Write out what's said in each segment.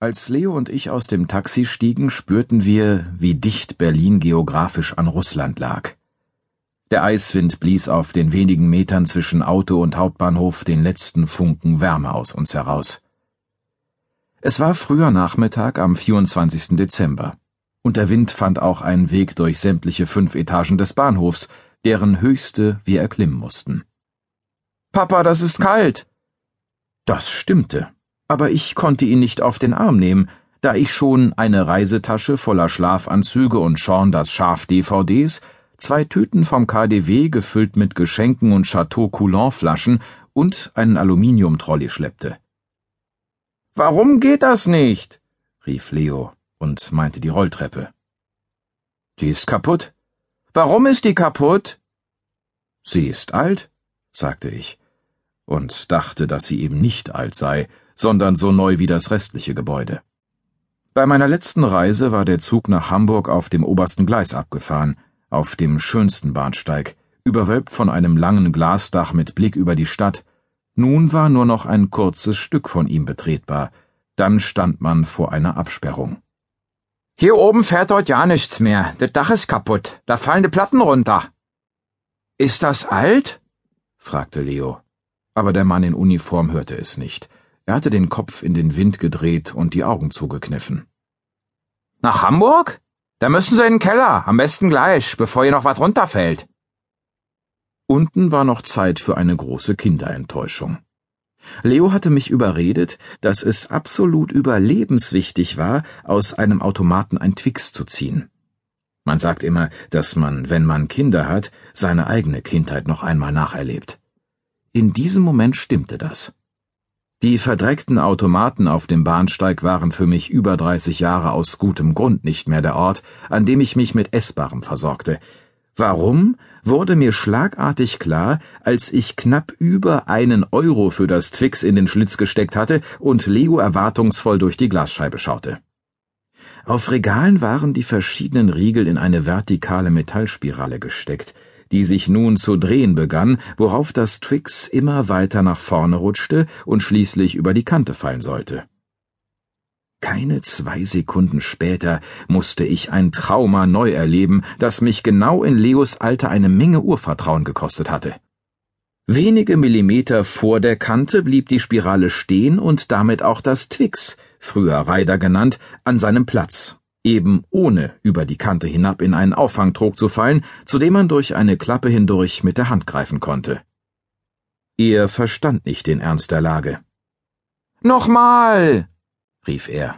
Als Leo und ich aus dem Taxi stiegen, spürten wir, wie dicht Berlin geografisch an Russland lag. Der Eiswind blies auf den wenigen Metern zwischen Auto und Hauptbahnhof den letzten Funken Wärme aus uns heraus. Es war früher Nachmittag am 24. Dezember, und der Wind fand auch einen Weg durch sämtliche 5 Etagen des Bahnhofs, deren höchste wir erklimmen mussten. »Papa, das ist kalt!« Das stimmte, aber ich konnte ihn nicht auf den Arm nehmen, da ich schon eine Reisetasche voller Schlafanzüge und Shaun das Schaf-DVDs, 2 Tüten vom KaDeWe gefüllt mit Geschenken und Chateau-Coulon-Flaschen und einen Aluminium-Trolley schleppte. »Warum geht das nicht?« rief Leo und meinte die Rolltreppe. »Die ist kaputt.« »Warum ist die kaputt?« »Sie ist alt«, sagte ich, und dachte, dass sie eben nicht alt sei, sondern so neu wie das restliche Gebäude. Bei meiner letzten Reise war der Zug nach Hamburg auf dem obersten Gleis abgefahren, auf dem schönsten Bahnsteig, überwölbt von einem langen Glasdach mit Blick über die Stadt. Nun war nur noch ein kurzes Stück von ihm betretbar, dann stand man vor einer Absperrung. »Hier oben fährt dort ja nichts mehr, das Dach ist kaputt, da fallen die Platten runter.« »Ist das alt?« fragte Leo, aber der Mann in Uniform hörte es nicht. Er hatte den Kopf in den Wind gedreht und die Augen zugekniffen. »Nach Hamburg? Da müssen Sie in den Keller, am besten gleich, bevor hier noch was runterfällt.« Unten war noch Zeit für eine große Kinderenttäuschung. Leo hatte mich überredet, dass es absolut überlebenswichtig war, aus einem Automaten ein Twix zu ziehen. Man sagt immer, dass man, wenn man Kinder hat, seine eigene Kindheit noch einmal nacherlebt. In diesem Moment stimmte das. Die verdreckten Automaten auf dem Bahnsteig waren für mich über 30 Jahre aus gutem Grund nicht mehr der Ort, an dem ich mich mit Essbarem versorgte. Warum, wurde mir schlagartig klar, als ich knapp über 1 Euro für das Twix in den Schlitz gesteckt hatte und Leo erwartungsvoll durch die Glasscheibe schaute. Auf Regalen waren die verschiedenen Riegel in eine vertikale Metallspirale gesteckt, die sich nun zu drehen begann, worauf das Twix immer weiter nach vorne rutschte und schließlich über die Kante fallen sollte. Keine 2 Sekunden später musste ich ein Trauma neu erleben, das mich genau in Leos Alter eine Menge Urvertrauen gekostet hatte. Wenige Millimeter vor der Kante blieb die Spirale stehen und damit auch das Twix, früher Reider genannt, an seinem Platz, eben ohne über die Kante hinab in einen Auffangtrog zu fallen, zu dem man durch eine Klappe hindurch mit der Hand greifen konnte. Er verstand nicht den Ernst der Lage. »Nochmal!« rief er.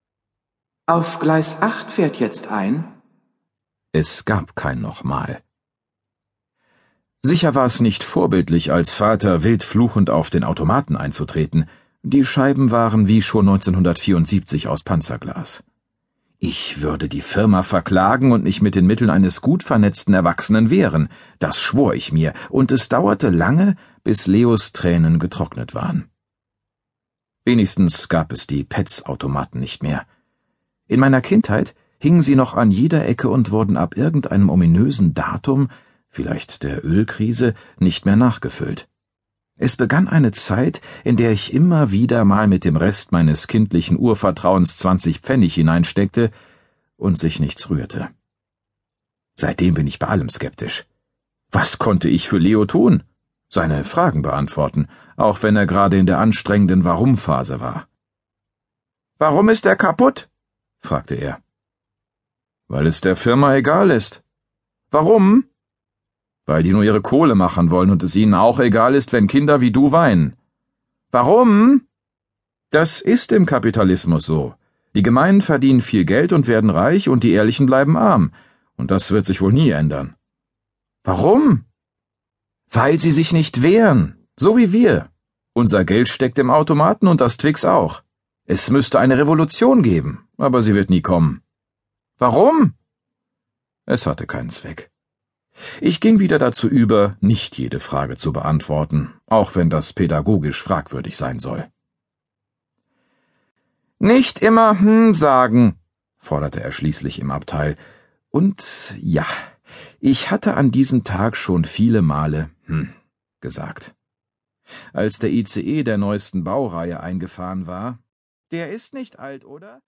»Auf Gleis 8 fährt jetzt ein?« Es gab kein Nochmal. Sicher war es nicht vorbildlich, als Vater wild fluchend auf den Automaten einzutreten. Die Scheiben waren wie schon 1974 aus Panzerglas. Ich würde die Firma verklagen und mich mit den Mitteln eines gut vernetzten Erwachsenen wehren, das schwor ich mir, und es dauerte lange, bis Leos Tränen getrocknet waren. Wenigstens gab es die Pets-Automaten nicht mehr. In meiner Kindheit hingen sie noch an jeder Ecke und wurden ab irgendeinem ominösen Datum, vielleicht der Ölkrise, nicht mehr nachgefüllt. Es begann eine Zeit, in der ich immer wieder mal mit dem Rest meines kindlichen Urvertrauens 20 Pfennig hineinsteckte und sich nichts rührte. Seitdem bin ich bei allem skeptisch. Was konnte ich für Leo tun? Seine Fragen beantworten, auch wenn er gerade in der anstrengenden Warum-Phase war. »Warum ist er kaputt?« fragte er. »Weil es der Firma egal ist.« »Warum?« »Weil die nur ihre Kohle machen wollen und es ihnen auch egal ist, wenn Kinder wie du weinen.« »Warum?« »Das ist im Kapitalismus so. Die Gemeinen verdienen viel Geld und werden reich und die Ehrlichen bleiben arm. Und das wird sich wohl nie ändern.« »Warum?« »Weil sie sich nicht wehren, so wie wir. Unser Geld steckt im Automaten und das Twix auch. Es müsste eine Revolution geben, aber sie wird nie kommen.« »Warum?« Es hatte keinen Zweck. Ich ging wieder dazu über, nicht jede Frage zu beantworten, auch wenn das pädagogisch fragwürdig sein soll. »Nicht immer sagen«, forderte er schließlich im Abteil. Und ja, ich hatte an diesem Tag schon viele Male gesagt. Als der ICE der neuesten Baureihe eingefahren war, Der ist nicht alt, oder?